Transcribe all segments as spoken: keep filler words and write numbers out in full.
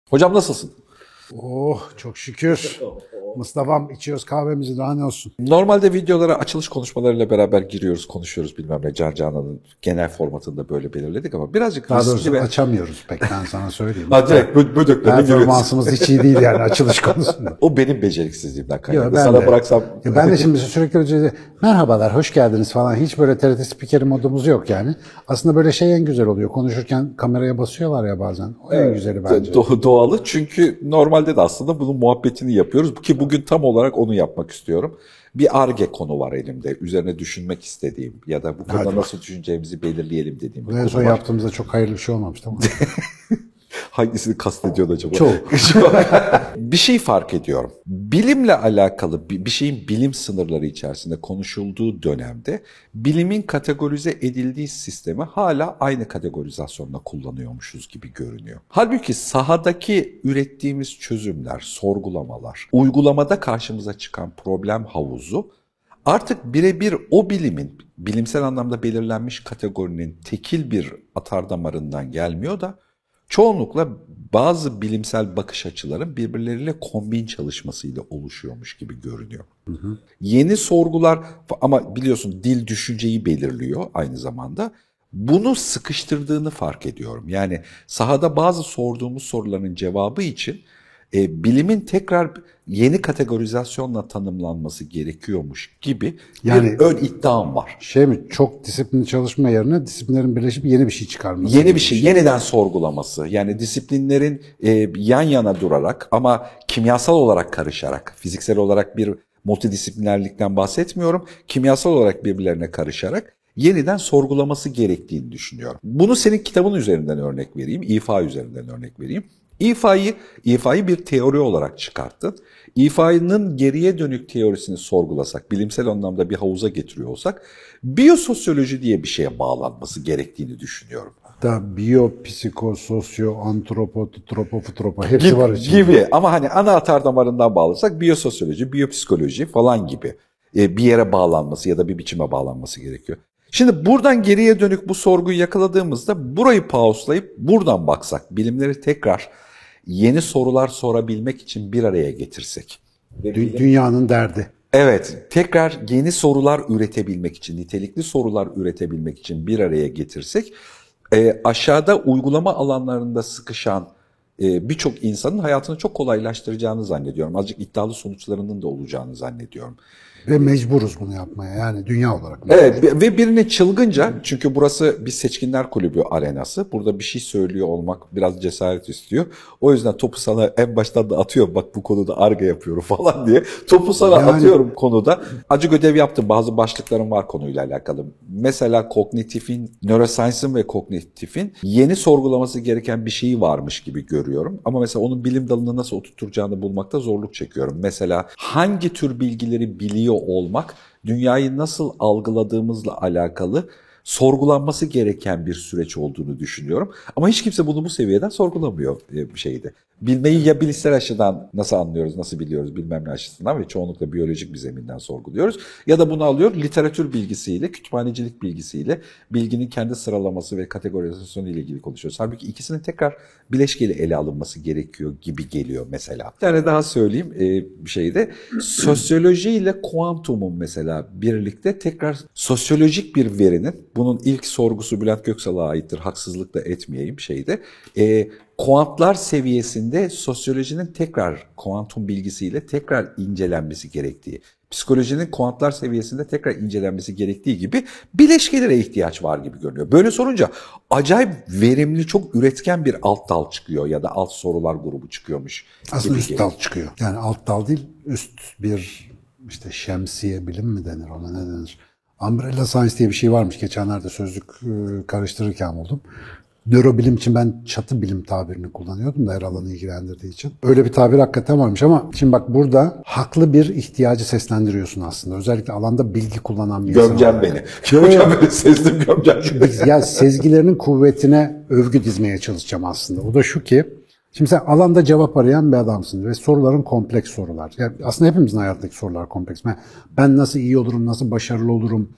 Hocam nasılsın? Oh çok şükür. Mustafa'm içiyoruz kahvemizi, daha ne olsun. Normalde videolara açılış konuşmalarıyla beraber giriyoruz, konuşuyoruz bilmem ne. Can Canan'ın genel formatında böyle belirledik ama birazcık Daha doğrusu ve... açamıyoruz pek, ben sana söyleyeyim. Ha, direkt bö bödeklerine giriyoruz. Performansımız hiç iyi değil yani açılış konusunda. O benim beceriksizliğimden kaynaklı. Yo, ben Sana de. bıraksam... Ya ben de şimdi sürekli önce merhabalar, hoş geldiniz falan, hiç böyle T R T spikeri modumuz yok yani. Aslında böyle şey en güzel oluyor. Konuşurken kameraya basıyorlar ya bazen. O en güzeli bence. Do doğalı, çünkü normalde de aslında bunun muhabbetini yapıyoruz ki bugün tam olarak onu yapmak istiyorum. Bir Ar-Ge konu var elimde. Üzerine düşünmek istediğim ya da bu konuda Hadi nasıl düşüneceğimizi belirleyelim dediğim bir en konu son var. yaptığımızda çok hayırlı bir şey olmamış, tamam mı? Hangisini kastediyorsun acaba? Çok. Bir şey fark ediyorum. Bilimle alakalı bir şeyin bilim sınırları içerisinde konuşulduğu dönemde bilimin kategorize edildiği sistemi hala aynı kategorizasyonla kullanıyormuşuz gibi görünüyor. Halbuki sahadaki ürettiğimiz çözümler, sorgulamalar, uygulamada karşımıza çıkan problem havuzu artık birebir o bilimin, bilimsel anlamda belirlenmiş kategorinin tekil bir atardamarından gelmiyor da çoğunlukla bazı bilimsel bakış açıların birbirleriyle kombin çalışmasıyla oluşuyormuş gibi görünüyor. Hı hı. Yeni sorgular, ama biliyorsun dil düşünceyi belirliyor aynı zamanda. Bunu sıkıştırdığını fark ediyorum. Yani sahada bazı sorduğumuz soruların cevabı için e, bilimin tekrar yeni kategorizasyonla tanımlanması gerekiyormuş gibi yani, bir ön iddiam var. Şey mi, çok disiplinli çalışma yerine disiplinlerin birleşip yeni bir şey çıkarması. Yeni bir şey, şey, yeniden sorgulaması. Yani disiplinlerin e, yan yana durarak ama kimyasal olarak karışarak, fiziksel olarak bir multidisiplinerlikten bahsetmiyorum. Kimyasal olarak birbirlerine karışarak yeniden sorgulaması gerektiğini düşünüyorum. Bunu senin kitabın üzerinden örnek vereyim, İFA üzerinden örnek vereyim. İFA'yı İFA'yı bir teori olarak çıkarttın. İFA'nın geriye dönük teorisini sorgulasak, bilimsel anlamda bir havuza getiriyor olsak, biyososyoloji diye bir şeye bağlanması gerektiğini düşünüyorum. Da biyo, psiko, sosyo, antropo, tropo, futropo hepsi gibi, var içinde. Gibi ama hani ana atar damarından bağlasak biyososyoloji, biyopsikoloji falan gibi bir yere bağlanması ya da bir biçime bağlanması gerekiyor. Şimdi buradan geriye dönük bu sorguyu yakaladığımızda burayı pauslayıp buradan baksak, bilimleri tekrar yeni sorular sorabilmek için bir araya getirsek. Dü bilim... Dünyanın derdi. Evet, tekrar yeni sorular üretebilmek için, nitelikli sorular üretebilmek için bir araya getirsek, e, aşağıda uygulama alanlarında sıkışan e, birçok insanın hayatını çok kolaylaştıracağını zannediyorum. Azıcık iddialı sonuçlarının da olacağını zannediyorum. Ve mecburuz bunu yapmaya, yani dünya olarak. Evet, ve birine çılgınca, çünkü burası bir seçkinler kulübü arenası. Burada bir şey söylüyor olmak biraz cesaret istiyor. O yüzden topu sana en baştan da atıyorum, bak bu konuda Ar-Ge yapıyorum falan diye. Topu sana yani... atıyorum konuda. Acık ödev yaptım, bazı başlıklarım var konuyla alakalı. Mesela kognitifin, neuroscience'ın ve kognitifin yeni sorgulaması gereken bir şeyi varmış gibi görüyorum. Ama mesela onun bilim dalını nasıl oturtacağını bulmakta zorluk çekiyorum. Mesela hangi tür bilgileri biliyor olmak, dünyayı nasıl algıladığımızla alakalı sorgulanması gereken bir süreç olduğunu düşünüyorum. Ama hiç kimse bunu bu seviyeden sorgulamıyor bir şeydi. Bilmeyi ya bilişsel açıdan nasıl anlıyoruz, nasıl biliyoruz bilmem ne açısından ve çoğunlukla biyolojik bir zeminden sorguluyoruz. Ya da bunu alıyor literatür bilgisiyle, kütüphanecilik bilgisiyle bilginin kendi sıralaması ve kategorizasyonu ile ilgili konuşuyoruz. Halbuki ikisinin tekrar bileşkeli ele alınması gerekiyor gibi geliyor mesela. Bir tane daha söyleyeyim bir şeyde. Sosyoloji ile kuantumun mesela birlikte tekrar sosyolojik bir verinin, bunun ilk sorgusu Bülent Göksal'a aittir, haksızlık da etmeyeyim şeyde. E, kuantlar seviyesinde sosyolojinin tekrar kuantum bilgisiyle tekrar incelenmesi gerektiği, psikolojinin kuantlar seviyesinde tekrar incelenmesi gerektiği gibi bileşkelere ihtiyaç var gibi görünüyor. Böyle sorunca acayip verimli, çok üretken bir alt dal çıkıyor ya da alt sorular grubu çıkıyormuş. Aslında üst dal çıkıyor. Yani alt dal değil, üst bir işte şemsiye bilim mi denir ona, ne denir? Umbrella Science diye bir şey varmış. Geçenlerde sözlük karıştırırken buldum. Nörobilim için ben çatı bilim tabirini kullanıyordum da her alanı ilgilendirdiği için. Öyle bir tabir hakikaten varmış ama şimdi bak, burada haklı bir ihtiyacı seslendiriyorsun aslında. Özellikle alanda bilgi kullanan bir insan. Gömcen beni. Gömcen beni, sezdim gömcen beni. Ya sezgilerinin kuvvetine övgü dizmeye çalışacağım aslında. O da şu ki, şimdi sen alanda cevap arayan bir adamsın ve soruların kompleks sorular. Yani aslında hepimizin hayatındaki sorular kompleks. Ben, ben nasıl iyi olurum, nasıl başarılı olurum,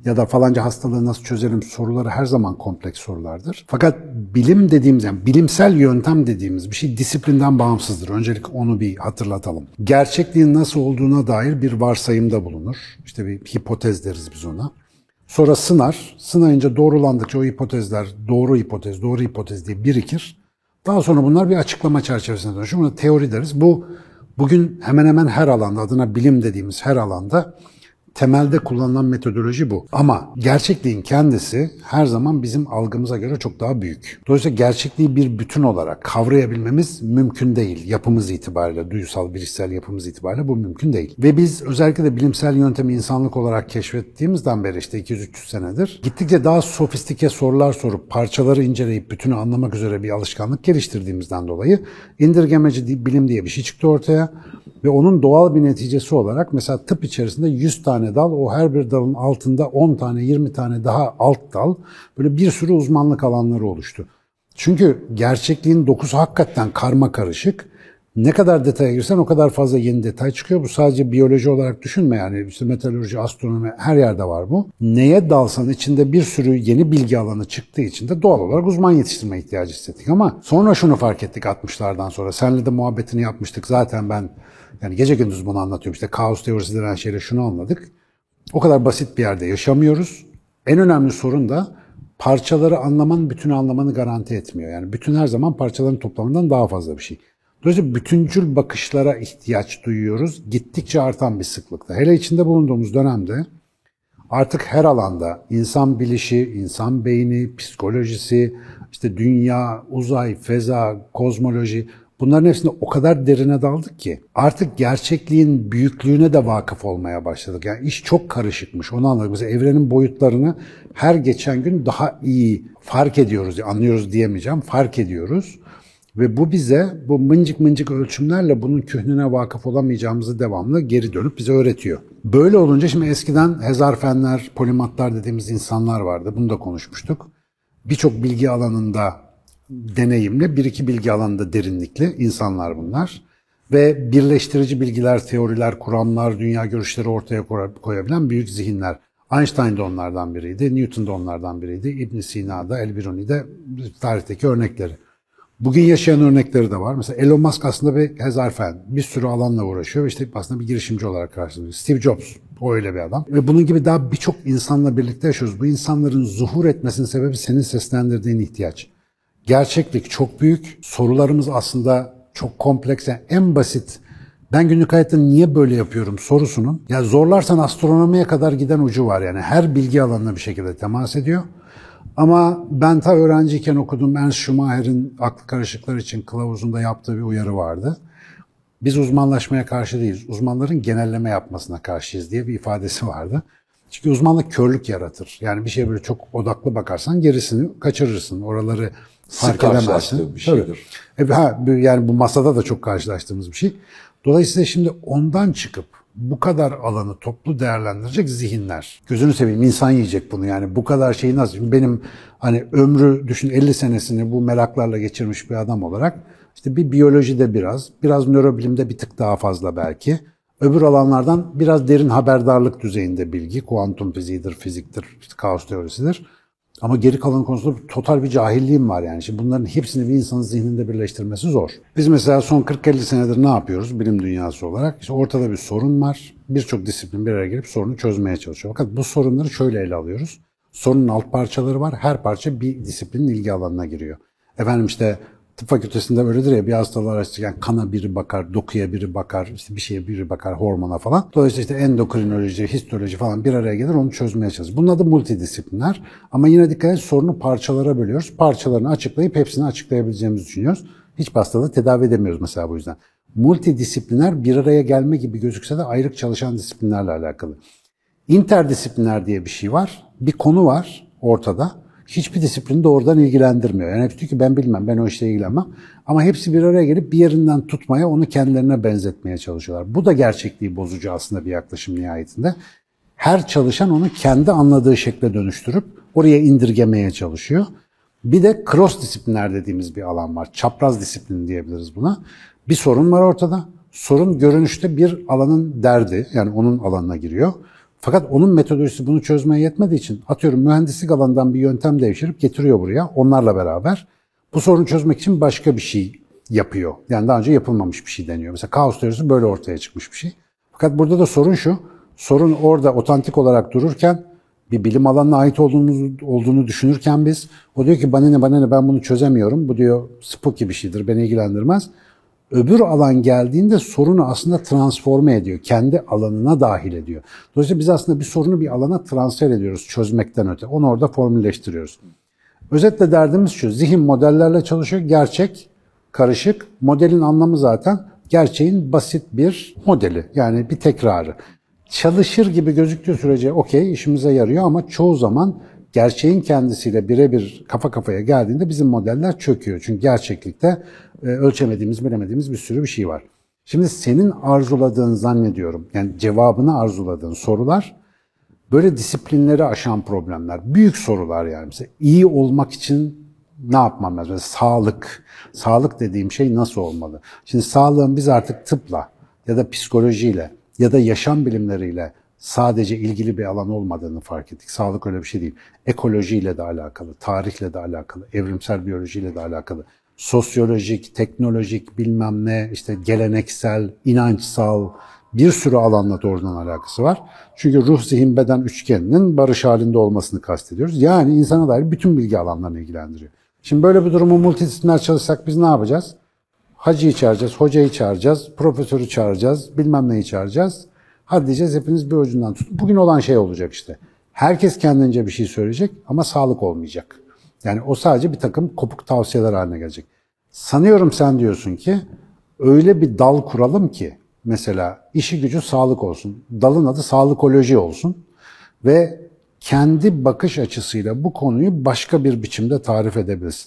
ya da falanca hastalığı nasıl çözerim soruları her zaman kompleks sorulardır. Fakat bilim dediğimiz, yani bilimsel yöntem dediğimiz bir şey disiplinden bağımsızdır. Öncelikle onu bir hatırlatalım. Gerçekliğin nasıl olduğuna dair bir varsayımda bulunur. İşte bir hipotez deriz biz ona. Sonra sınar. Sınayınca doğrulandıkça o hipotezler doğru hipotez, doğru hipotez diye birikir. Daha sonra bunlar bir açıklama çerçevesine dönüşür. Buna teori deriz. Bu bugün hemen hemen her alanda, adına bilim dediğimiz her alanda temelde kullanılan metodoloji bu. Ama gerçekliğin kendisi her zaman bizim algımıza göre çok daha büyük. Dolayısıyla gerçekliği bir bütün olarak kavrayabilmemiz mümkün değil. Yapımız itibariyle, duysal, bilişsel yapımız itibariyle bu mümkün değil. Ve biz özellikle de bilimsel yöntemi insanlık olarak keşfettiğimizden beri işte iki yüz üç yüz senedir gittikçe daha sofistike sorular sorup parçaları inceleyip bütünü anlamak üzere bir alışkanlık geliştirdiğimizden dolayı indirgemeci bilim diye bir şey çıktı ortaya. Ve onun doğal bir neticesi olarak mesela tıp içerisinde yüz tane dal, o her bir dalın altında on tane, yirmi tane daha alt dal, böyle bir sürü uzmanlık alanları oluştu. Çünkü gerçekliğin dokusu hakikaten karma karışık. Ne kadar detaya girsen o kadar fazla yeni detay çıkıyor. Bu sadece biyoloji olarak düşünme, yani işte meteoroloji, astronomi, her yerde var bu. Neye dalsan içinde bir sürü yeni bilgi alanı çıktığı için de doğal olarak uzman yetiştirme ihtiyacı hissettik. Ama sonra şunu fark ettik altmışlardan sonra. Seninle de muhabbetini yapmıştık. Zaten ben yani gece gündüz bunu anlatıyorum. İşte kaos teorisi denen şeyle şunu anladık. O kadar basit bir yerde yaşamıyoruz. En önemli sorun da parçaları anlaman bütünü anlamanı garanti etmiyor. Yani bütün her zaman parçaların toplamından daha fazla bir şey. Dolayısıyla bütüncül bakışlara ihtiyaç duyuyoruz. Gittikçe artan bir sıklıkta. Hele içinde bulunduğumuz dönemde artık her alanda insan bilişi, insan beyni, psikolojisi, işte dünya, uzay, feza, kozmoloji, bunların hepsinde o kadar derine daldık ki artık gerçekliğin büyüklüğüne de vakıf olmaya başladık. Yani iş çok karışıkmış, onu anladık. Mesela evrenin boyutlarını her geçen gün daha iyi fark ediyoruz, anlıyoruz diyemeyeceğim, fark ediyoruz. Ve bu bize bu mıncık mıncık ölçümlerle bunun kühnüne vakıf olamayacağımızı devamlı geri dönüp bize öğretiyor. Böyle olunca şimdi eskiden hezarfenler, polimatlar dediğimiz insanlar vardı. Bunu da konuşmuştuk. Birçok bilgi alanında deneyimli, bir iki bilgi alanında derinlikli insanlar bunlar. Ve birleştirici bilgiler, teoriler, kuramlar, dünya görüşleri ortaya koyabilen büyük zihinler. Einstein de onlardan biriydi, Newton da onlardan biriydi, İbn Sina da, El-Biruni de tarihteki örnekleri. Bugün yaşayan örnekleri de var. Mesela Elon Musk aslında bir hezarfen, bir sürü alanla uğraşıyor ve işte aslında bir girişimci olarak karşılanıyor. Steve Jobs, o öyle bir adam. Ve bunun gibi daha birçok insanla birlikte yaşıyoruz. Bu insanların zuhur etmesinin sebebi senin seslendirdiğin ihtiyaç. Gerçeklik çok büyük, sorularımız aslında çok kompleks. Yani en basit, ben günlük hayatta niye böyle yapıyorum sorusunun, ya zorlarsan astronomiye kadar giden ucu var yani. Her bilgi alanına bir şekilde temas ediyor. Ama ben ta öğrenciyken okuduğum Ernst Schumacher'in aklı karışıklar için kılavuzunda yaptığı bir uyarı vardı. Biz uzmanlaşmaya karşı değiliz, uzmanların genelleme yapmasına karşıyız diye bir ifadesi vardı. Çünkü uzmanlık körlük yaratır. Yani bir şeye böyle çok odaklı bakarsan gerisini kaçırırsın. Oraları fark edemezsin. Bir şeydir. Tabii. E, ha, yani bu masada da çok karşılaştığımız bir şey. Dolayısıyla şimdi ondan çıkıp bu kadar alanı toplu değerlendirecek zihinler. Gözünü seveyim, insan yiyecek bunu yani. Bu kadar şeyi nasıl? Şimdi benim hani ömrü düşün elli senesini bu meraklarla geçirmiş bir adam olarak işte bir biyolojide biraz, biraz nörobilimde bir tık daha fazla belki. Öbür alanlardan biraz derin haberdarlık düzeyinde bilgi. Kuantum fiziğidir, fiziktir, işte kaos teorisidir. Ama geri kalan konusunda total bir cahilliğim var yani. Şimdi bunların hepsini bir insanın zihninde birleştirmesi zor. Biz mesela son kırk elli senedir ne yapıyoruz bilim dünyası olarak? İşte ortada bir sorun var. Birçok disiplin bir araya gelip sorunu çözmeye çalışıyor. Fakat bu sorunları şöyle ele alıyoruz. Sorunun alt parçaları var. Her parça bir disiplinin ilgi alanına giriyor. Efendim işte tıp fakültesinde öyledir ya, bir hastalığı araştırırken kana biri bakar, dokuya biri bakar, işte bir şeye biri bakar, hormona falan. Dolayısıyla işte endokrinoloji, histoloji falan bir araya gelir, onu çözmeye çalışır. Bunun adı multidisipliner. Ama yine dikkat et, sorunu parçalara bölüyoruz. Parçalarını açıklayıp hepsini açıklayabileceğimizi düşünüyoruz. Hiç hastalığı tedavi edemiyoruz mesela bu yüzden. Multidisipliner bir araya gelme gibi gözükse de ayrık çalışan disiplinlerle alakalı. İnterdisipliner diye bir şey var. Bir konu var ortada. Hiçbir disiplini doğrudan ilgilendirmiyor. Yani hepsi diyor ki ben bilmem, ben o işle ilgilenmem. Ama hepsi bir araya gelip bir yerinden tutmaya, onu kendilerine benzetmeye çalışıyorlar. Bu da gerçekliği bozucu aslında bir yaklaşım nihayetinde. Her çalışan onu kendi anladığı şekle dönüştürüp oraya indirgemeye çalışıyor. Bir de cross disipliner dediğimiz bir alan var. Çapraz disiplin diyebiliriz buna. Bir sorun var ortada. Sorun görünüşte bir alanın derdi, yani onun alanına giriyor. Fakat onun metodolojisi bunu çözmeye yetmediği için atıyorum mühendislik alanından bir yöntem devşirip getiriyor buraya onlarla beraber. Bu sorunu çözmek için başka bir şey yapıyor. Yani daha önce yapılmamış bir şey deniyor. Mesela kaos teorisi böyle ortaya çıkmış bir şey. Fakat burada da sorun şu, sorun orada otantik olarak dururken, bir bilim alanına ait olduğunu, olduğunu düşünürken biz, o diyor ki bana ne bana ne ben bunu çözemiyorum, bu diyor spooky bir şeydir, beni ilgilendirmez. Öbür alan geldiğinde sorunu aslında transforme ediyor, kendi alanına dahil ediyor. Dolayısıyla biz aslında bir sorunu bir alana transfer ediyoruz çözmekten öte, onu orada formülleştiriyoruz. Özetle derdimiz şu, zihin modellerle çalışıyor, gerçek, karışık, modelin anlamı zaten gerçeğin basit bir modeli, yani bir tekrarı. Çalışır gibi gözüktüğü sürece okey, işimize yarıyor ama çoğu zaman gerçeğin kendisiyle birebir kafa kafaya geldiğinde bizim modeller çöküyor. Çünkü gerçeklikte e, ölçemediğimiz, bilemediğimiz bir sürü bir şey var. Şimdi senin arzuladığın zannediyorum, yani cevabını arzuladığın sorular böyle disiplinleri aşan problemler. Büyük sorular yani. Mesela iyi olmak için ne yapmam lazım? Mesela sağlık. Sağlık dediğim şey nasıl olmalı? Şimdi sağlığın biz artık tıpla ya da psikolojiyle ya da yaşam bilimleriyle sadece ilgili bir alan olmadığını fark ettik. Sağlık öyle bir şey değil. Ekolojiyle de alakalı, tarihle de alakalı, evrimsel biyolojiyle de alakalı, sosyolojik, teknolojik, bilmem ne, işte geleneksel, inançsal bir sürü alanla doğrudan alakası var. Çünkü ruh, zihin, beden üçgeninin barış halinde olmasını kastediyoruz. Yani insana dair bütün bilgi alanlarını ilgilendiriyor. Şimdi böyle bir durumu multidisipliner çalışsak biz ne yapacağız? Hacıyı çağıracağız, hocayı çağıracağız, profesörü çağıracağız, bilmem neyi çağıracağız. Hadi diyeceğiz hepiniz bir ucundan tutun. Bugün olan şey olacak işte. Herkes kendince bir şey söyleyecek ama sağlık olmayacak. Yani o sadece bir takım kopuk tavsiyeler haline gelecek. Sanıyorum sen diyorsun ki öyle bir dal kuralım ki mesela işi gücü sağlık olsun. Dalın adı sağlıkoloji olsun ve kendi bakış açısıyla bu konuyu başka bir biçimde tarif edebilirsin.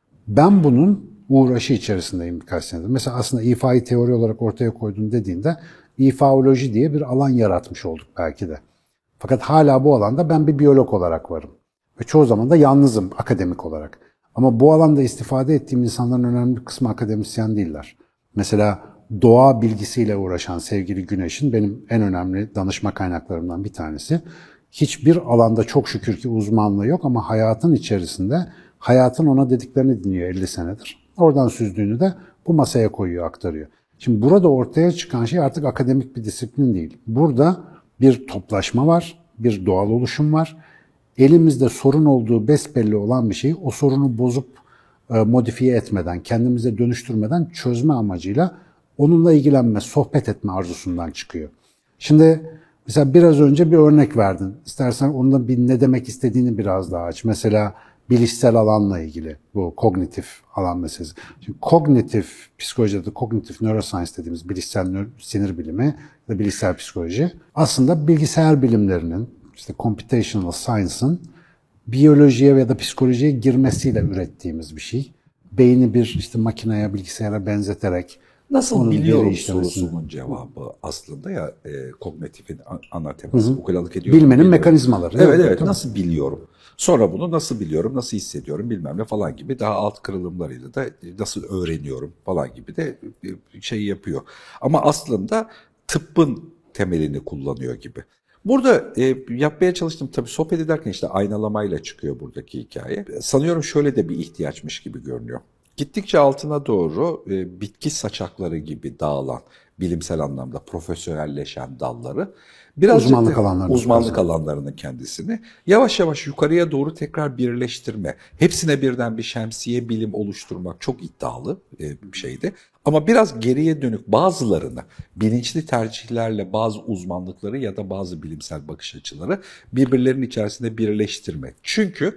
Ben bunun uğraşı içerisindeyim birkaç senedir. Mesela aslında ifai teori olarak ortaya koydun dediğinde ifaoloji diye bir alan yaratmış olduk belki de. Fakat hala bu alanda ben bir biyolog olarak varım. Ve çoğu zaman da yalnızım akademik olarak. Ama bu alanda istifade ettiğim insanların önemli bir kısmı akademisyen değiller. Mesela doğa bilgisiyle uğraşan sevgili Güneş'in benim en önemli danışma kaynaklarımdan bir tanesi. Hiçbir alanda çok şükür ki uzmanlığı yok ama hayatın içerisinde hayatın ona dediklerini dinliyor elli senedir. Oradan süzdüğünü de bu masaya koyuyor, aktarıyor. Şimdi burada ortaya çıkan şey artık akademik bir disiplin değil. Burada bir toplaşma var, bir doğal oluşum var. Elimizde sorun olduğu besbelli olan bir şeyi o sorunu bozup modifiye etmeden, kendimize dönüştürmeden çözme amacıyla onunla ilgilenme, sohbet etme arzusundan çıkıyor. Şimdi mesela biraz önce bir örnek verdin. İstersen onunla bir ne demek istediğini biraz daha aç. Mesela bilişsel alanla ilgili bu kognitif alan meselesi. Şimdi kognitif psikolojide, kognitif neuroscience dediğimiz bilişsel sinir bilimi ve bilişsel psikoloji aslında bilgisayar bilimlerinin, işte computational science'ın biyolojiye ya da psikolojiye girmesiyle ürettiğimiz bir şey. Beyni bir işte makineye, bilgisayara benzeterek nasıl biliyorum sorusunun cevabı aslında ya e, kognitifin ana teması. Ukalalık ediyorum. Bilmenin biliyorum. mekanizmaları. Evet evet, evet. Nasıl biliyorum? Sonra bunu nasıl biliyorum, nasıl hissediyorum bilmem ne falan gibi daha alt kırılımlarıyla da nasıl öğreniyorum falan gibi de şey yapıyor. Ama aslında tıbbın temelini kullanıyor gibi. Burada e, yapmaya çalıştım tabii sohbet ederken işte aynalamayla çıkıyor buradaki hikaye. Sanıyorum şöyle de bir ihtiyaçmış gibi görünüyor. Gittikçe altına doğru e, bitki saçakları gibi dağılan, bilimsel anlamda profesyonelleşen dalları, birazcık uzmanlık, da, alanlarını uzmanlık alanlarının kendisini yavaş yavaş yukarıya doğru tekrar birleştirme. Hepsine birden bir şemsiye bilim oluşturmak çok iddialı e, bir şeydi. Ama biraz geriye dönük bazılarını bilinçli tercihlerle bazı uzmanlıkları ya da bazı bilimsel bakış açıları birbirlerinin içerisinde birleştirme. Çünkü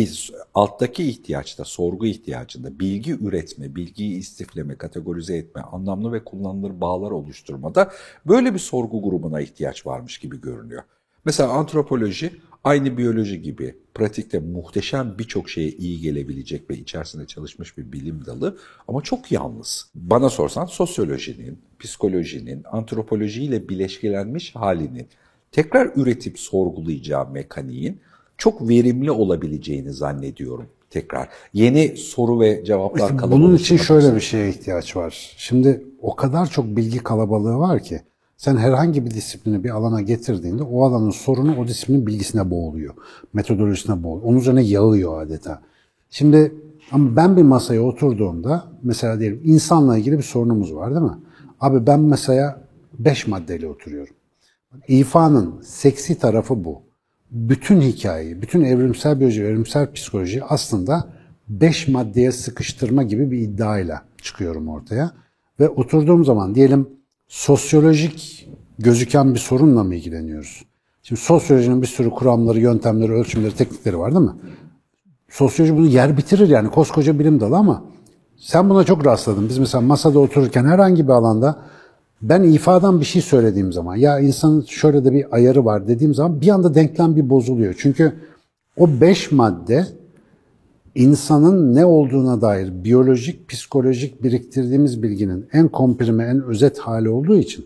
alttaki ihtiyaçta, sorgu ihtiyacında bilgi üretme, bilgiyi istifleme, kategorize etme, anlamlı ve kullanılır bağlar oluşturmada böyle bir sorgu grubuna ihtiyaç varmış gibi görünüyor. Mesela antropoloji aynı biyoloji gibi pratikte muhteşem birçok şeye iyi gelebilecek ve içerisinde çalışmış bir bilim dalı ama çok yalnız. Bana sorsan sosyolojinin, psikolojinin, antropolojiyle bileşkelenmiş halinin tekrar üretip sorgulayacağı mekaniğin çok verimli olabileceğini zannediyorum tekrar. Yeni soru ve cevaplar işte kalabalığı. Bunun için şöyle bir şeye ihtiyaç var. Şimdi o kadar çok bilgi kalabalığı var ki Sen herhangi bir disiplini bir alana getirdiğinde o alanın sorunu o disiplinin bilgisine boğuluyor. Metodolojisine boğuluyor. Onun üzerine yağıyor adeta. Şimdi ama ben bir masaya oturduğumda mesela diyelim insanla ilgili bir sorunumuz var değil mi? Abi ben masaya beş maddeyle oturuyorum. İfanın seksi tarafı bu. Bütün hikayeyi, bütün evrimsel biyoloji, evrimsel psikoloji aslında beş maddeye sıkıştırma gibi bir iddiayla çıkıyorum ortaya. Ve oturduğum zaman diyelim sosyolojik gözüken bir sorunla mı ilgileniyoruz? Şimdi sosyolojinin bir sürü kuramları, yöntemleri, ölçümleri, teknikleri var değil mi? Sosyoloji bunu yer bitirir yani koskoca bilim dalı ama sen buna çok rastladın. Biz mesela masada otururken herhangi bir alanda ben ifadan bir şey söylediğim zaman ya insanın şöyle de bir ayarı var dediğim zaman bir anda denklem bir bozuluyor. Çünkü o beş madde insanın ne olduğuna dair biyolojik, psikolojik biriktirdiğimiz bilginin en komprime, en özet hali olduğu için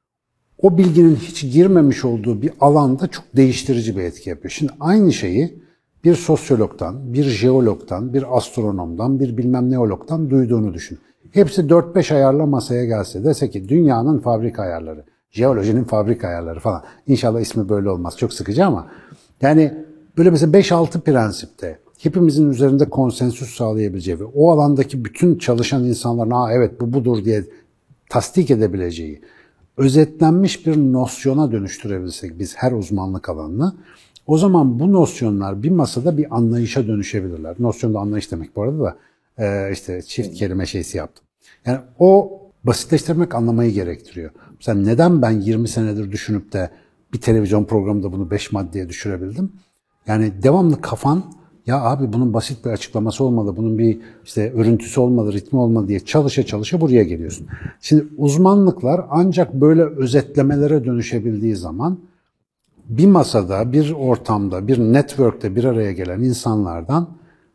o bilginin hiç girmemiş olduğu bir alanda çok değiştirici bir etki yapıyor. Şimdi aynı şeyi bir sosyologdan, bir jeologdan, bir astronomdan, bir bilmem neologdan duyduğunu düşün. Hepsi dört beş ayarla masaya gelse dese ki dünyanın fabrika ayarları, jeolojinin fabrika ayarları falan. İnşallah ismi böyle olmaz. Çok sıkıcı ama yani böyle mesela beş altı prensipte hepimizin üzerinde konsensüs sağlayabileceği ve o alandaki bütün çalışan insanların ha evet bu budur diye tasdik edebileceği özetlenmiş bir nosyona dönüştürebilsek biz her uzmanlık alanını o zaman bu nosyonlar bir masada bir anlayışa dönüşebilirler. Nosyon da anlayış demek bu arada da e, işte çift kelime şeysi yaptım. Yani o basitleştirmek anlamayı gerektiriyor. Mesela neden ben yirmi senedir düşünüp de bir televizyon programında bunu beş maddeye düşürebildim? Yani devamlı kafan ya abi bunun basit bir açıklaması olmalı, bunun bir işte örüntüsü olmalı, ritmi olmalı diye çalışa çalışa buraya geliyorsun. Şimdi uzmanlıklar ancak böyle özetlemelere dönüşebildiği zaman bir masada, bir ortamda, bir network'te bir araya gelen insanlardan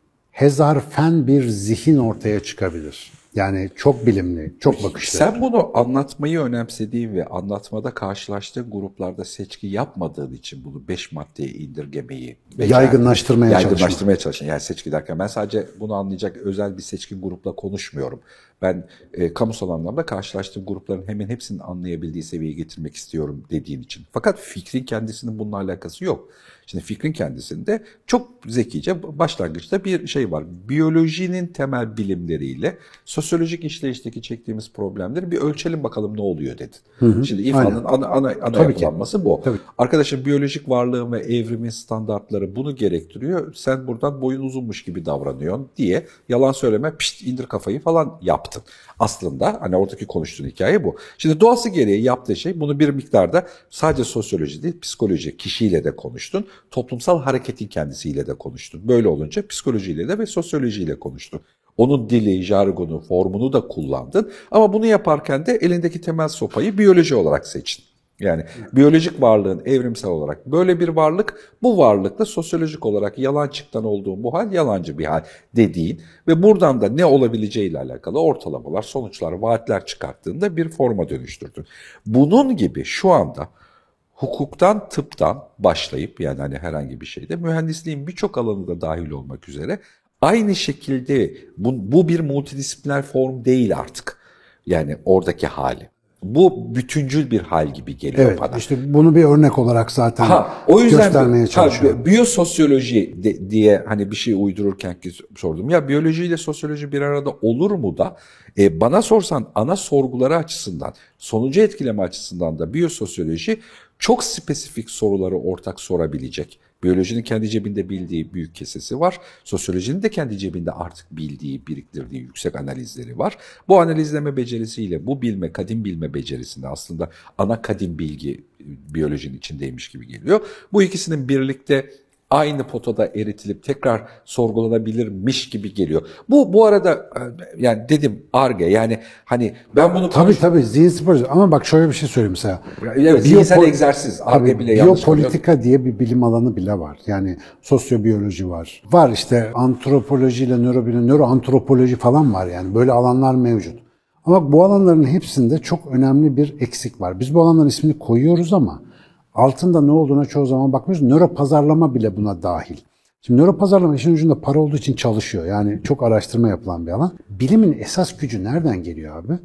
hezarfen bir zihin ortaya çıkabilir. Yani çok bilimli, çok bakışlı. Sen bunu anlatmayı önemsediğin ve anlatmada karşılaştığın gruplarda seçki yapmadığın için bunu beş maddeye indirgemeyi yaygınlaştırmaya çalışmak. Yaygınlaştırmaya çalışan. Yani seçki derken ben sadece bunu anlayacak özel bir seçkin grupla konuşmuyorum. Ben e, kamusal anlamda karşılaştığım grupların hemen hepsinin anlayabildiği seviyeye getirmek istiyorum dediğin için. Fakat fikrin kendisinin bununla alakası yok. Şimdi fikrin kendisinde çok zekice başlangıçta bir şey var. Biyolojinin temel bilimleriyle sosyolojik işleyişteki çektiğimiz problemleri bir ölçelim bakalım ne oluyor dedin. Hı hı, Şimdi İFA'nın ana, ana, ana yapılanması bu. Tabii. Arkadaşım biyolojik varlığın ve evrimin standartları bunu gerektiriyor. Sen buradan boyun uzunmuş gibi davranıyorsun diye yalan söyleme pişt indir kafayı falan yaptın. Aslında hani oradaki konuştuğun hikaye bu. Şimdi doğası gereği yaptığı şey bunu bir miktarda sadece sosyoloji değil psikoloji kişiyle de konuştun. Toplumsal hareketin kendisiyle de konuştun. Böyle olunca psikolojiyle de ve sosyolojiyle konuştun. Onun dili, jargonu, formunu da kullandın. Ama bunu yaparken de elindeki temel sopayı biyoloji olarak seçtin. Yani biyolojik varlığın evrimsel olarak böyle bir varlık, bu varlıkla sosyolojik olarak yalancıktan olduğu bu hal yalancı bir hal dediğin ve buradan da ne olabileceğiyle alakalı ortalamalar, sonuçlar, vaatler çıkarttığında bir forma dönüştürdün. Bunun gibi şu anda hukuktan, tıptan başlayıp yani hani herhangi bir şeyde mühendisliğin birçok alanı da dahil olmak üzere aynı şekilde bu, bu bir multidisipliner form değil artık. Yani oradaki hali. Bu bütüncül bir hal gibi geliyor evet, bana. Evet işte bunu bir örnek olarak zaten ha, o yüzden göstermeye çalışıyorum. Ha, biyososyoloji de, diye hani bir şey uydururken ki sordum. Ya biyolojiyle sosyoloji bir arada olur mu da e, bana sorsan ana sorguları açısından, sonucu etkileme açısından da biyososyoloji çok spesifik soruları ortak sorabilecek. Biyolojinin kendi cebinde bildiği büyük kesesi var. Sosyolojinin de kendi cebinde artık bildiği, biriktirdiği yüksek analizleri var. Bu analizleme becerisiyle bu bilme, kadim bilme becerisinde aslında ana kadim bilgi biyolojinin içindeymiş gibi geliyor. Bu ikisinin birlikte aynı potada eritilip tekrar sorgulanabilirmiş gibi geliyor. Bu bu arada yani dedim Ar-Ge yani hani ben bunu tabii tabii zihin sporcu ama bak şöyle bir şey söyleyeyim sana. Evet, zihinsel egzersiz. Ar-Ge bile yanlış. Biyopolitika diye bir bilim alanı bile var. Yani sosyobiyoloji var. Var işte antropolojiyle nörobilim, nöroantropoloji falan var yani böyle alanlar mevcut. Ama bu alanların hepsinde çok önemli bir eksik var. Biz bu alanların ismini koyuyoruz ama altında ne olduğuna çoğu zaman bakmıyoruz. Nöropazarlama bile buna dahil. Şimdi nöropazarlama işin ucunda para olduğu için çalışıyor. Yani çok araştırma yapılan bir alan. Bilimin esas gücü nereden geliyor abi?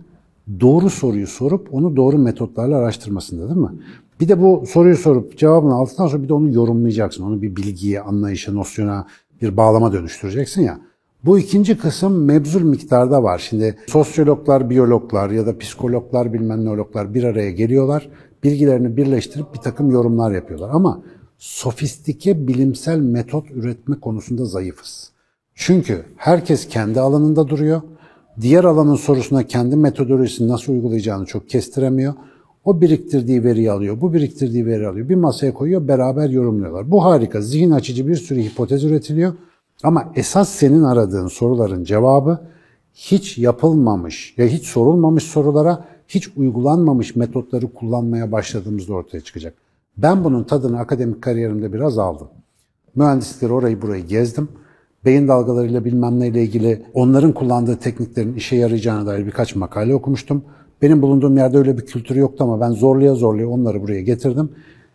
doğru soruyu sorup onu doğru metotlarla araştırmasında, değil mi? Bir de bu soruyu sorup cevabını aldıktan sonra bir de onu yorumlayacaksın. Onu bir bilgiye, anlayışa, nosyona, bir bağlama dönüştüreceksin ya. Bu ikinci kısım mebzul miktarda var. Şimdi sosyologlar, biyologlar ya da psikologlar, bilmem neologlar bir araya geliyorlar. Bilgilerini birleştirip bir takım yorumlar yapıyorlar. Ama sofistike bilimsel metot üretme konusunda zayıfız. Çünkü herkes kendi alanında duruyor. Diğer alanın sorusuna kendi metodolojisini nasıl uygulayacağını çok kestiremiyor. O biriktirdiği veriyi alıyor, bu biriktirdiği veriyi alıyor. Bir masaya koyuyor, beraber yorumluyorlar. Bu harika, zihin açıcı bir sürü hipotez üretiliyor. Ama esas senin aradığın soruların cevabı hiç yapılmamış ya hiç sorulmamış sorulara, hiç uygulanmamış metotları kullanmaya başladığımızda ortaya çıkacak. Ben bunun tadını akademik kariyerimde biraz aldım. Mühendislikleri orayı burayı gezdim. Beyin dalgalarıyla bilmem neyle ilgili onların kullandığı tekniklerin işe yarayacağına dair birkaç makale okumuştum. Benim bulunduğum yerde öyle bir kültürü yoktu ama ben zorlaya zorlaya onları buraya getirdim.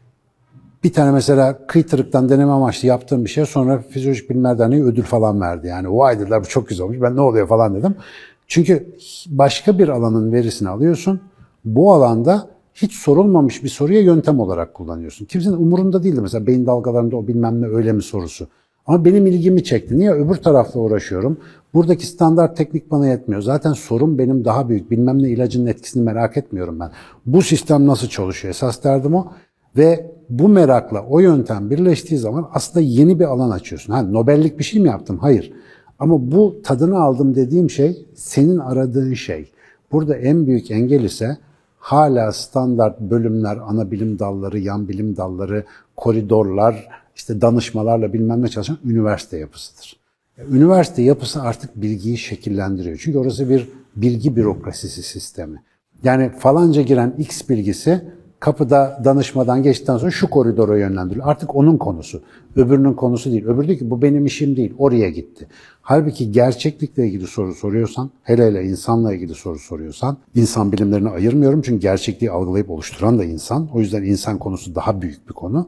Bir tane mesela kıytırıktan deneme amaçlı yaptığım bir şey sonra Fizyolojik Bilimler Derneği ödül falan verdi. Yani vay dediler bu çok güzel olmuş, ben ne oluyor falan dedim. Çünkü başka bir alanın verisini alıyorsun, bu alanda hiç sorulmamış bir soruya yöntem olarak kullanıyorsun. Kimsenin umurunda değildi mesela beyin dalgalarında o bilmem ne öyle mi sorusu. Ama benim ilgimi çekti. Niye? Öbür tarafla uğraşıyorum. Buradaki standart teknik bana yetmiyor. Zaten sorun benim daha büyük. Bilmem ne ilacının etkisini merak etmiyorum ben. Bu sistem nasıl çalışıyor? Esas derdim o. Ve bu merakla o yöntem birleştiği zaman aslında yeni bir alan açıyorsun. Ha, Nobellik bir şey mi yaptım? Hayır. Ama bu tadını aldım dediğim şey senin aradığın şey. Burada en büyük engel ise hala standart bölümler, ana bilim dalları, yan bilim dalları, koridorlar, işte danışmalarla bilmem ne çalışan üniversite yapısıdır. Üniversite yapısı artık bilgiyi şekillendiriyor. Çünkü orası bir bilgi bürokrasisi sistemi. Yani falanca giren X bilgisi kapıda danışmadan geçtikten sonra şu koridora yönlendiriliyor. Artık onun konusu. Öbürünün konusu değil. Öbürü diyor ki bu benim işim değil. Oraya gitti. Halbuki gerçeklikle ilgili soru soruyorsan, hele hele insanla ilgili soru soruyorsan, insan bilimlerini ayırmıyorum. Çünkü gerçekliği algılayıp oluşturan da insan. O yüzden insan konusu daha büyük bir konu.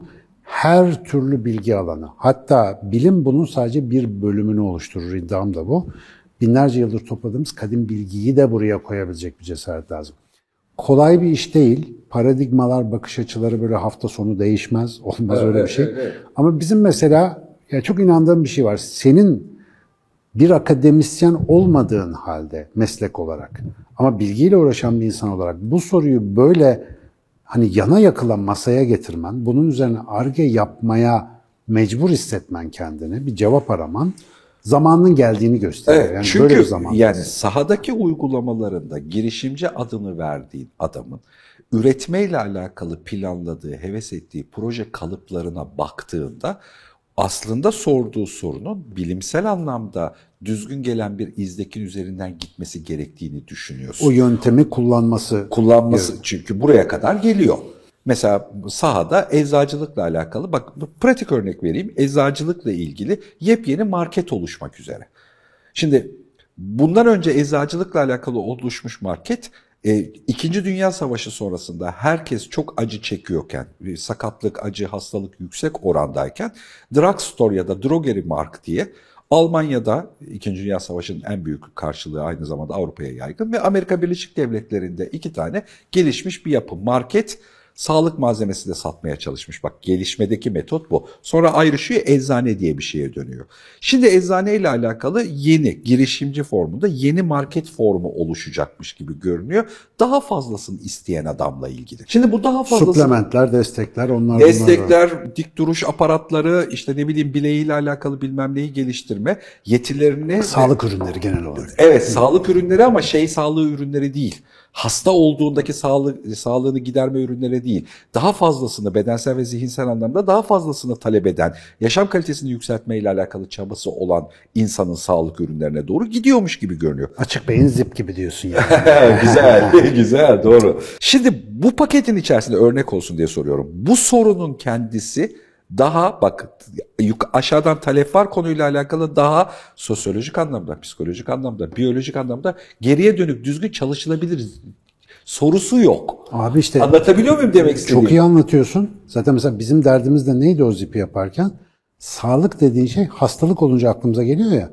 Her türlü bilgi alanı, hatta bilim bunun sadece bir bölümünü oluşturur, iddiam da bu. Binlerce yıldır topladığımız kadim bilgiyi de buraya koyabilecek bir cesaret lazım. Kolay bir iş değil. Paradigmalar, bakış açıları böyle hafta sonu değişmez. Olmaz evet, öyle bir şey. Evet, evet. Ama bizim mesela ya çok inandığım bir şey var. Senin bir akademisyen olmadığın halde meslek olarak ama bilgiyle uğraşan bir insan olarak bu soruyu böyle hani yana yakılan masaya getirmen, bunun üzerine Ar-Ge yapmaya mecbur hissetmen kendini, bir cevap araman zamanının geldiğini gösteriyor. Evet, yani çünkü böyle bir zaman. Yani sahadaki uygulamalarında girişimci adını verdiğin adamın üretmeyle alakalı planladığı, heves ettiği proje kalıplarına baktığında aslında sorduğu sorunun bilimsel anlamda düzgün gelen bir izlekin üzerinden gitmesi gerektiğini düşünüyorsun. O yöntemi kullanması. Kullanması evet. Çünkü buraya kadar geliyor. Mesela sahada eczacılıkla alakalı, bak pratik örnek vereyim. Eczacılıkla ilgili yepyeni market oluşmak üzere. Şimdi bundan önce eczacılıkla alakalı oluşmuş market, e, İkinci Dünya Savaşı sonrasında herkes çok acı çekiyorken, sakatlık, acı, hastalık yüksek orandayken drugstore ya da drogery mark diye Almanya'da İkinci Dünya Savaşı'nın en büyük karşılığı aynı zamanda Avrupa'ya yaygın ve Amerika Birleşik Devletleri'nde iki tane gelişmiş bir yapı market, sağlık malzemesi de satmaya çalışmış. Bak gelişmedeki metot bu. Sonra ayrışıyor, eczane diye bir şeye dönüyor. Şimdi eczane ile alakalı yeni girişimci formunda yeni market formu oluşacakmış gibi görünüyor. Daha fazlasını isteyen adamla ilgili. Şimdi bu daha fazlası... Suplementler, destekler, onlar Destekler, bunlar dik duruş aparatları, işte ne bileyim bileğiyle alakalı bilmem neyi geliştirme yetilerini... Sağlık ürünleri genel olarak. Evet, Hı. sağlık ürünleri ama şey sağlığı ürünleri değil. Hasta olduğundaki sağlık, sağlığını giderme ürünleri değil. Daha fazlasını bedensel ve zihinsel anlamda daha fazlasını talep eden, yaşam kalitesini yükseltmeyle alakalı çabası olan insanın sağlık ürünlerine doğru gidiyormuş gibi görünüyor. Açık beyin zip gibi diyorsun yani. Güzel, güzel, doğru. Şimdi bu paketin içerisinde örnek olsun diye soruyorum. Bu sorunun kendisi daha bak aşağıdan talep var konuyla alakalı daha sosyolojik anlamda, psikolojik anlamda, biyolojik anlamda geriye dönük düzgün çalışılabilir sorusu yok. Abi işte anlatabiliyor muyum demek istediğim? Çok iyi anlatıyorsun. Zaten mesela bizim derdimiz de neydi o zipi yaparken? Sağlık dediğin şey hastalık olunca aklımıza geliyor ya.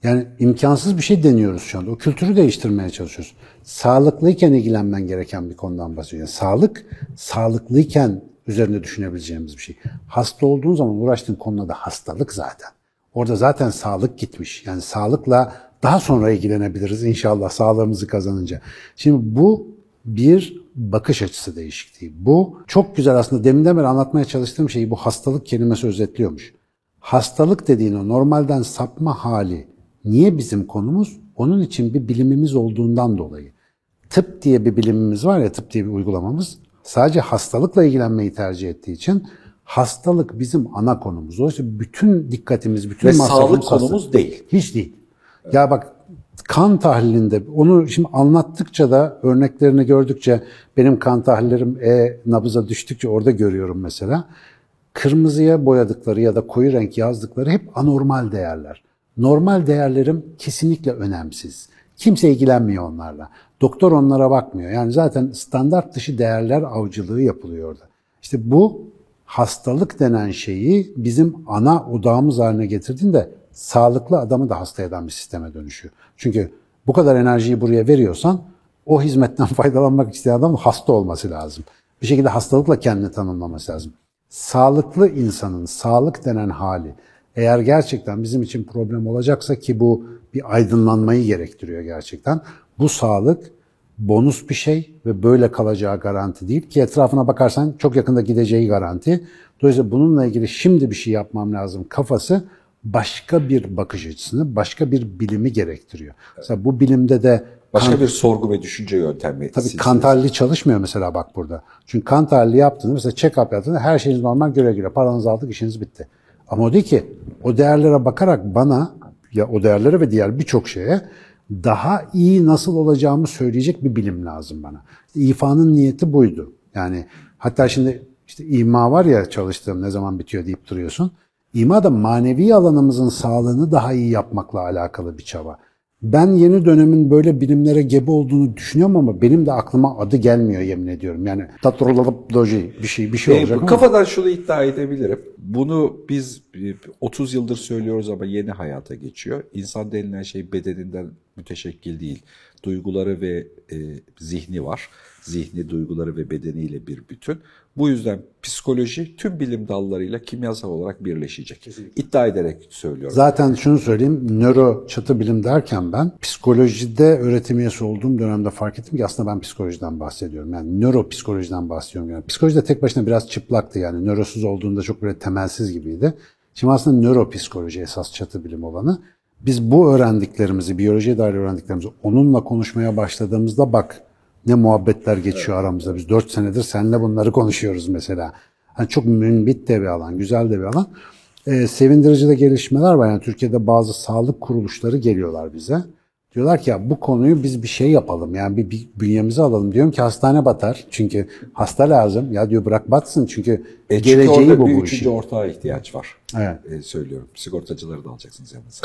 Yani imkansız bir şey deniyoruz şu anda. O kültürü değiştirmeye çalışıyoruz. Sağlıklıyken ilgilenmen gereken bir konudan bahsediyor. Yani sağlık, sağlıklıyken üzerinde düşünebileceğimiz bir şey. Hasta olduğun zaman uğraştığın konuda da hastalık zaten. Orada zaten sağlık gitmiş. Yani sağlıkla daha sonra ilgilenebiliriz inşallah sağlığımızı kazanınca. Şimdi bu bir bakış açısı değişikliği. Bu çok güzel aslında deminden beri anlatmaya çalıştığım şeyi bu hastalık kelimesi özetliyormuş. Hastalık dediğin o normalden sapma hali niye bizim konumuz? Onun için bir bilimimiz olduğundan dolayı. Tıp diye bir bilimimiz var ya, tıp diye bir uygulamamız. Sadece hastalıkla ilgilenmeyi tercih ettiği için hastalık bizim ana konumuz. Dolayısıyla bütün dikkatimiz, bütün ve masrafımız sağlık konumuz hastalık. değil. Hiç değil. Evet. Ya bak kan tahlilinde onu şimdi anlattıkça da örneklerini gördükçe benim kan tahlillerim e, nabıza düştükçe orada görüyorum mesela. Kırmızıya boyadıkları ya da koyu renk yazdıkları hep anormal değerler. Normal değerlerim kesinlikle önemsiz. Kimse ilgilenmiyor onlarla. Doktor onlara bakmıyor. Yani zaten standart dışı değerler avcılığı yapılıyor orada. İşte bu hastalık denen şeyi bizim ana odağımız haline getirdiğinde sağlıklı adamı da hasta eden bir sisteme dönüşüyor. Çünkü bu kadar enerjiyi buraya veriyorsan o hizmetten faydalanmak isteyen adamın hasta olması lazım. Bir şekilde hastalıkla kendini tanımlaması lazım. Sağlıklı insanın sağlık denen hali eğer gerçekten bizim için problem olacaksa ki bu bir aydınlanmayı gerektiriyor gerçekten. Bu sağlık bonus bir şey ve böyle kalacağı garanti değil ki etrafına bakarsan çok yakında gideceği garanti. Dolayısıyla bununla ilgili şimdi bir şey yapmam lazım kafası başka bir bakış açısını, başka bir bilimi gerektiriyor. Mesela bu bilimde de başka kan, bir sorgu ve düşünce yöntemi. Tabii kan tahlili çalışmıyor mesela bak burada. Çünkü kan tahlili yaptığında mesela check-up yaptığında her şeyiniz normal, göre göre paranızı aldık, işiniz bitti. Ama o değil ki o değerlere bakarak bana ya o değerlere ve diğer birçok şeye daha iyi nasıl olacağımı söyleyecek bir bilim lazım bana. İşte İFA'nın niyeti buydu. Yani hatta şimdi işte ima var ya, çalıştığım ne zaman bitiyor deyip duruyorsun. İma da manevi alanımızın sağlığını daha iyi yapmakla alakalı bir çaba. Ben yeni dönemin böyle bilimlere gebe olduğunu düşünüyorum ama benim de aklıma adı gelmiyor yemin ediyorum. Yani tatrololoji bir şey bir şey olacak e, ama. Kafadan şunu iddia edebilirim. Bunu biz otuz yıldır söylüyoruz ama yeni hayata geçiyor. İnsan denilen şey bedeninden müteşekkil değil. Duyguları ve e, zihni var. Zihni, duyguları ve bedeniyle bir bütün. Bu yüzden psikoloji tüm bilim dallarıyla kimyasal olarak birleşecek. Kesinlikle. İddia ederek söylüyorum. Zaten şunu söyleyeyim, nöro çatı bilim derken ben psikolojide öğretim üyesi olduğum dönemde fark ettim ki aslında ben psikolojiden bahsediyorum. Yani nöropsikolojiden bahsediyorum. Yani psikoloji de tek başına biraz çıplaktı yani. Nörosuz olduğunda çok böyle temelsiz gibiydi. Şimdi aslında nöropsikoloji esas çatı bilim olanı. Biz bu öğrendiklerimizi, biyolojiye dair öğrendiklerimizi onunla konuşmaya başladığımızda bak ne muhabbetler geçiyor evet. aramızda. Biz dört senedir seninle bunları konuşuyoruz mesela. Yani çok münbit de bir alan, güzel de bir alan. Ee, sevindirici de gelişmeler var. Yani Türkiye'de bazı sağlık kuruluşları geliyorlar bize. Diyorlar ki ya bu konuyu biz bir şey yapalım. Yani bir, bir bünyemize alalım. Diyorum ki hastane batar. Çünkü hasta lazım. Ya diyor bırak batsın. Çünkü e geleceği çünkü orada bu bir bu üçüncü işin. ortağa ihtiyaç var. Evet. E, söylüyorum. Sigortacıları da alacaksınız yanınıza.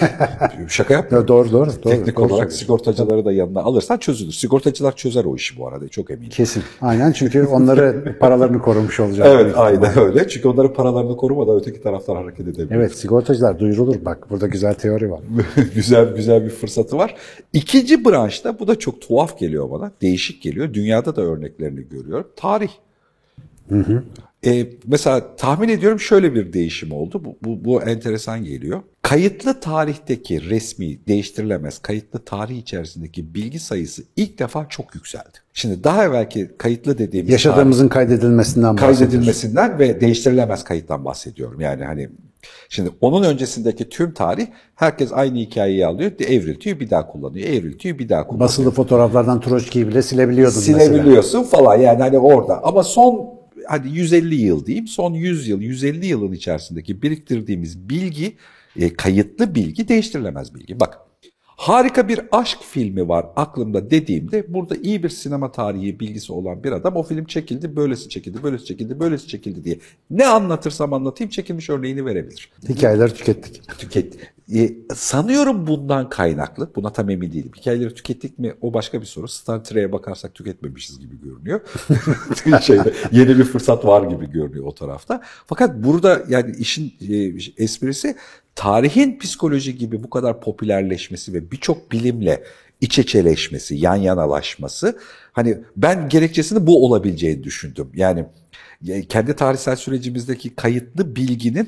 Şaka yapmıyorum. Doğru doğru. doğru Teknik doğru, olarak doğru. sigortacıları da yanına alırsan çözülür. Sigortacılar çözer o işi bu arada. Çok eminim. Kesin. Aynen çünkü onları paralarını korumuş olacak. Evet aynen öyle. Çünkü onların paralarını korumadan öteki taraftan hareket edebilir. Evet sigortacılar duyurulur bak. Burada güzel teori var. güzel güzel bir fırsatı var. İkinci branşta bu da çok tuhaf geliyor bana. Değişik geliyor. Dünyada da örneklerini görüyorum. Tarih. Hı hı. Ee, mesela tahmin ediyorum şöyle bir değişim oldu. Bu, bu, bu enteresan geliyor. Kayıtlı tarihteki resmi, değiştirilemez kayıtlı tarih içerisindeki bilgi sayısı ilk defa çok yükseldi. Şimdi daha evvelki kayıtlı dediğimiz yaşadığımızın tarih, kaydedilmesinden kaydedilmesinden ve değiştirilemez kayıttan bahsediyorum. Yani hani şimdi onun öncesindeki tüm tarih herkes aynı hikayeyi alıyor, evriltiyor, bir daha kullanıyor, evriltiyor, bir daha kullanıyor. Basılı fotoğraflardan Troçki'yi bile silebiliyordun Silebiliyorsun mesela. falan yani hani orada. Ama son hadi yüz elli yıl diyeyim, son yüz yıl, yüz elli yılın içerisindeki biriktirdiğimiz bilgi, e, kayıtlı bilgi, değiştirilemez bilgi. Bak, harika bir aşk filmi var aklımda dediğimde burada iyi bir sinema tarihi bilgisi olan bir adam o film çekildi, böylesi çekildi, böylesi çekildi, böylesi çekildi diye ne anlatırsam anlatayım çekilmiş örneğini verebilir. Hikayeleri tükettik. Tüket. E, sanıyorum bundan kaynaklı, buna tam emin değilim. Hikayeleri tükettik mi o başka bir soru. Star Trek'e bakarsak tüketmemişiz gibi görünüyor. Şeyde, yeni bir fırsat var gibi görünüyor o tarafta. Fakat burada yani işin e, esprisi tarihin psikoloji gibi bu kadar popülerleşmesi ve birçok bilimle iç içeleşmesi, yan yanalaşması, hani ben gerekçesini bu olabileceğini düşündüm. Yani kendi tarihsel sürecimizdeki kayıtlı bilginin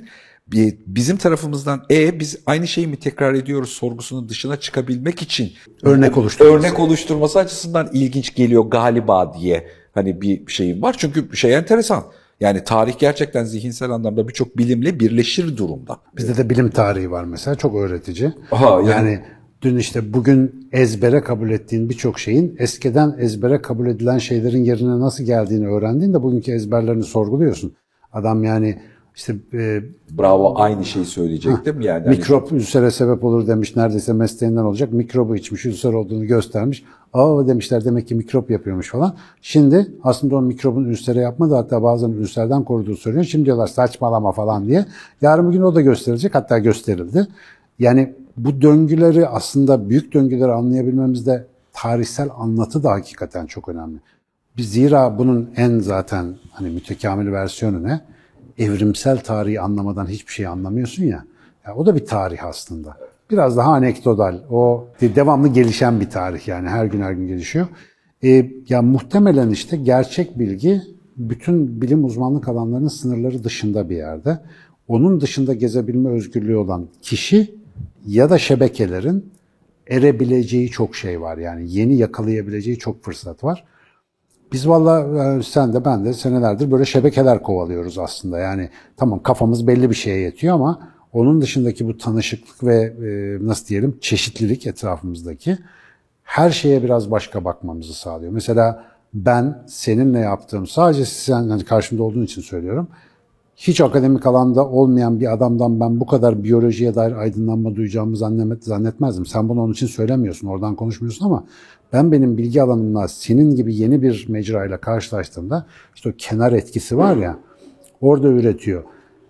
bizim tarafımızdan e biz aynı şeyi mi tekrar ediyoruz sorgusunun dışına çıkabilmek için örnek oluşturması, örnek oluşturması açısından ilginç geliyor galiba diye hani bir şeyim var. Çünkü şey enteresan. Yani tarih gerçekten zihinsel anlamda birçok bilimle birleşir durumda. Bizde de bilim tarihi var mesela, çok öğretici. Aha, yani, yani dün işte bugün ezbere kabul ettiğin birçok şeyin eskiden ezbere kabul edilen şeylerin yerine nasıl geldiğini öğrendiğinde bugünkü ezberlerini sorguluyorsun. Adam yani işte e, bravo, aynı şeyi söyleyecektim. Heh, yani mikrop hani, ülsere sebep olur demiş, neredeyse mesleğinden olacak. Mikrobu içmiş, ülser olduğunu göstermiş. Aa demişler, demek ki mikrop yapıyormuş falan. Şimdi aslında o mikrobun ülsere yapmadı, hatta bazen ülserden koruduğu söyleniyor. Şimdi diyorlar saçmalama falan diye. Yarın bugün o da gösterilecek, hatta gösterildi. Yani bu döngüleri, aslında büyük döngüleri anlayabilmemizde tarihsel anlatı da hakikaten çok önemli. Biz zira bunun en zaten hani mütekamil versiyonu ne? Evrimsel tarihi anlamadan hiçbir şey anlamıyorsun ya. Ya o da bir tarih aslında. Biraz daha anekdotal. O devamlı gelişen bir tarih, yani her gün her gün gelişiyor. E, ya muhtemelen işte gerçek bilgi bütün bilim uzmanlık alanlarının sınırları dışında bir yerde. Onun dışında gezebilme özgürlüğü olan kişi ya da şebekelerin erebileceği çok şey var. Yani yeni yakalayabileceği çok fırsat var. Biz valla sen de ben de senelerdir böyle şebekeler kovalıyoruz aslında. Yani tamam, kafamız belli bir şeye yetiyor ama onun dışındaki bu tanışıklık ve e, nasıl diyelim çeşitlilik etrafımızdaki her şeye biraz başka bakmamızı sağlıyor. Mesela ben seninle yaptığım, sadece sen hani karşımda olduğun için söylüyorum. Hiç akademik alanda olmayan bir adamdan ben bu kadar biyolojiye dair aydınlanma duyacağımı zannetmezdim. Sen bunu onun için söylemiyorsun, oradan konuşmuyorsun ama ben benim bilgi alanımla senin gibi yeni bir mecrayla karşılaştığımda işte o kenar etkisi var ya, orada üretiyor.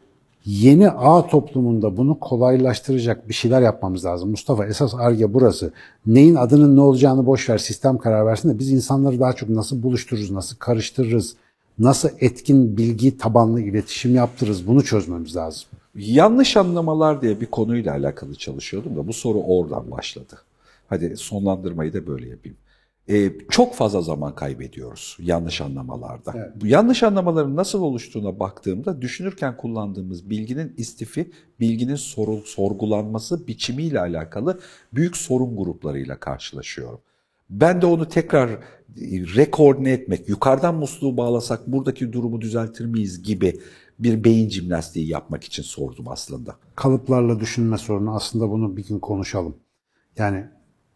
Yeni ağ toplumunda bunu kolaylaştıracak bir şeyler yapmamız lazım. Mustafa, esas Ar-Ge burası. Neyin adının ne olacağını boş ver, sistem karar versin de biz insanları daha çok nasıl buluştururuz, nasıl karıştırırız, nasıl etkin bilgi tabanlı iletişim yaptırırız, bunu çözmemiz lazım. Yanlış anlamalar diye bir konuyla alakalı çalışıyordum da bu soru oradan başladı. Hadi sonlandırmayı da böyle yapayım. Ee, çok fazla zaman kaybediyoruz yanlış anlamalarda. Evet. Bu yanlış anlamaların nasıl oluştuğuna baktığımda düşünürken kullandığımız bilginin istifi, bilginin soru, sorgulanması biçimiyle alakalı büyük sorun gruplarıyla karşılaşıyorum. Ben de onu tekrar rekoordine etmek, yukarıdan musluğu bağlasak buradaki durumu düzeltir miyiz gibi bir beyin jimnastiği yapmak için sordum aslında. Kalıplarla düşünme sorunu, aslında bunu bir gün konuşalım. Yani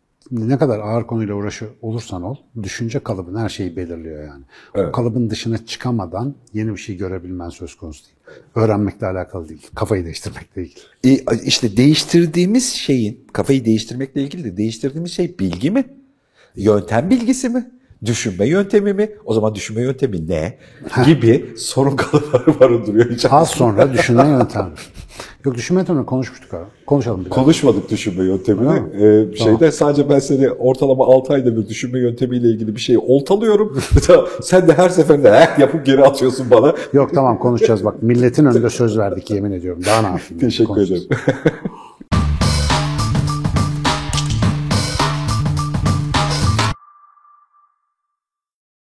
ne kadar ağır konuyla uğraşıyor olursan ol, düşünce kalıbın her şeyi belirliyor yani. Evet. O kalıbın dışına çıkamadan yeni bir şey görebilmen söz konusu değil. Öğrenmekle alakalı değil, kafayı değiştirmekle ilgili. E, işte değiştirdiğimiz şeyin, kafayı değiştirmekle ilgili de değiştirdiğimiz şey bilgi mi? Yöntem bilgisi mi? Düşünme yöntemi mi? O zaman düşünme yöntemi ne? Gibi sorun kalıpları barındırıyor. Az sonra düşünme yöntemi. Yok, düşünme yöntemini konuşmuştuk abi. Konuşalım bir daha. Konuşmadık düşünme yöntemini. Ee, şeyde tamam. Sadece ben seni ortalama altı ayda bir düşünme yöntemiyle ilgili bir şeyi oltalıyorum. Sen de her seferinde eh, yapıp geri atıyorsun bana. Yok tamam, konuşacağız bak. Milletin önünde söz verdik, yemin ediyorum. Daha ne yapayım? Teşekkür ederim.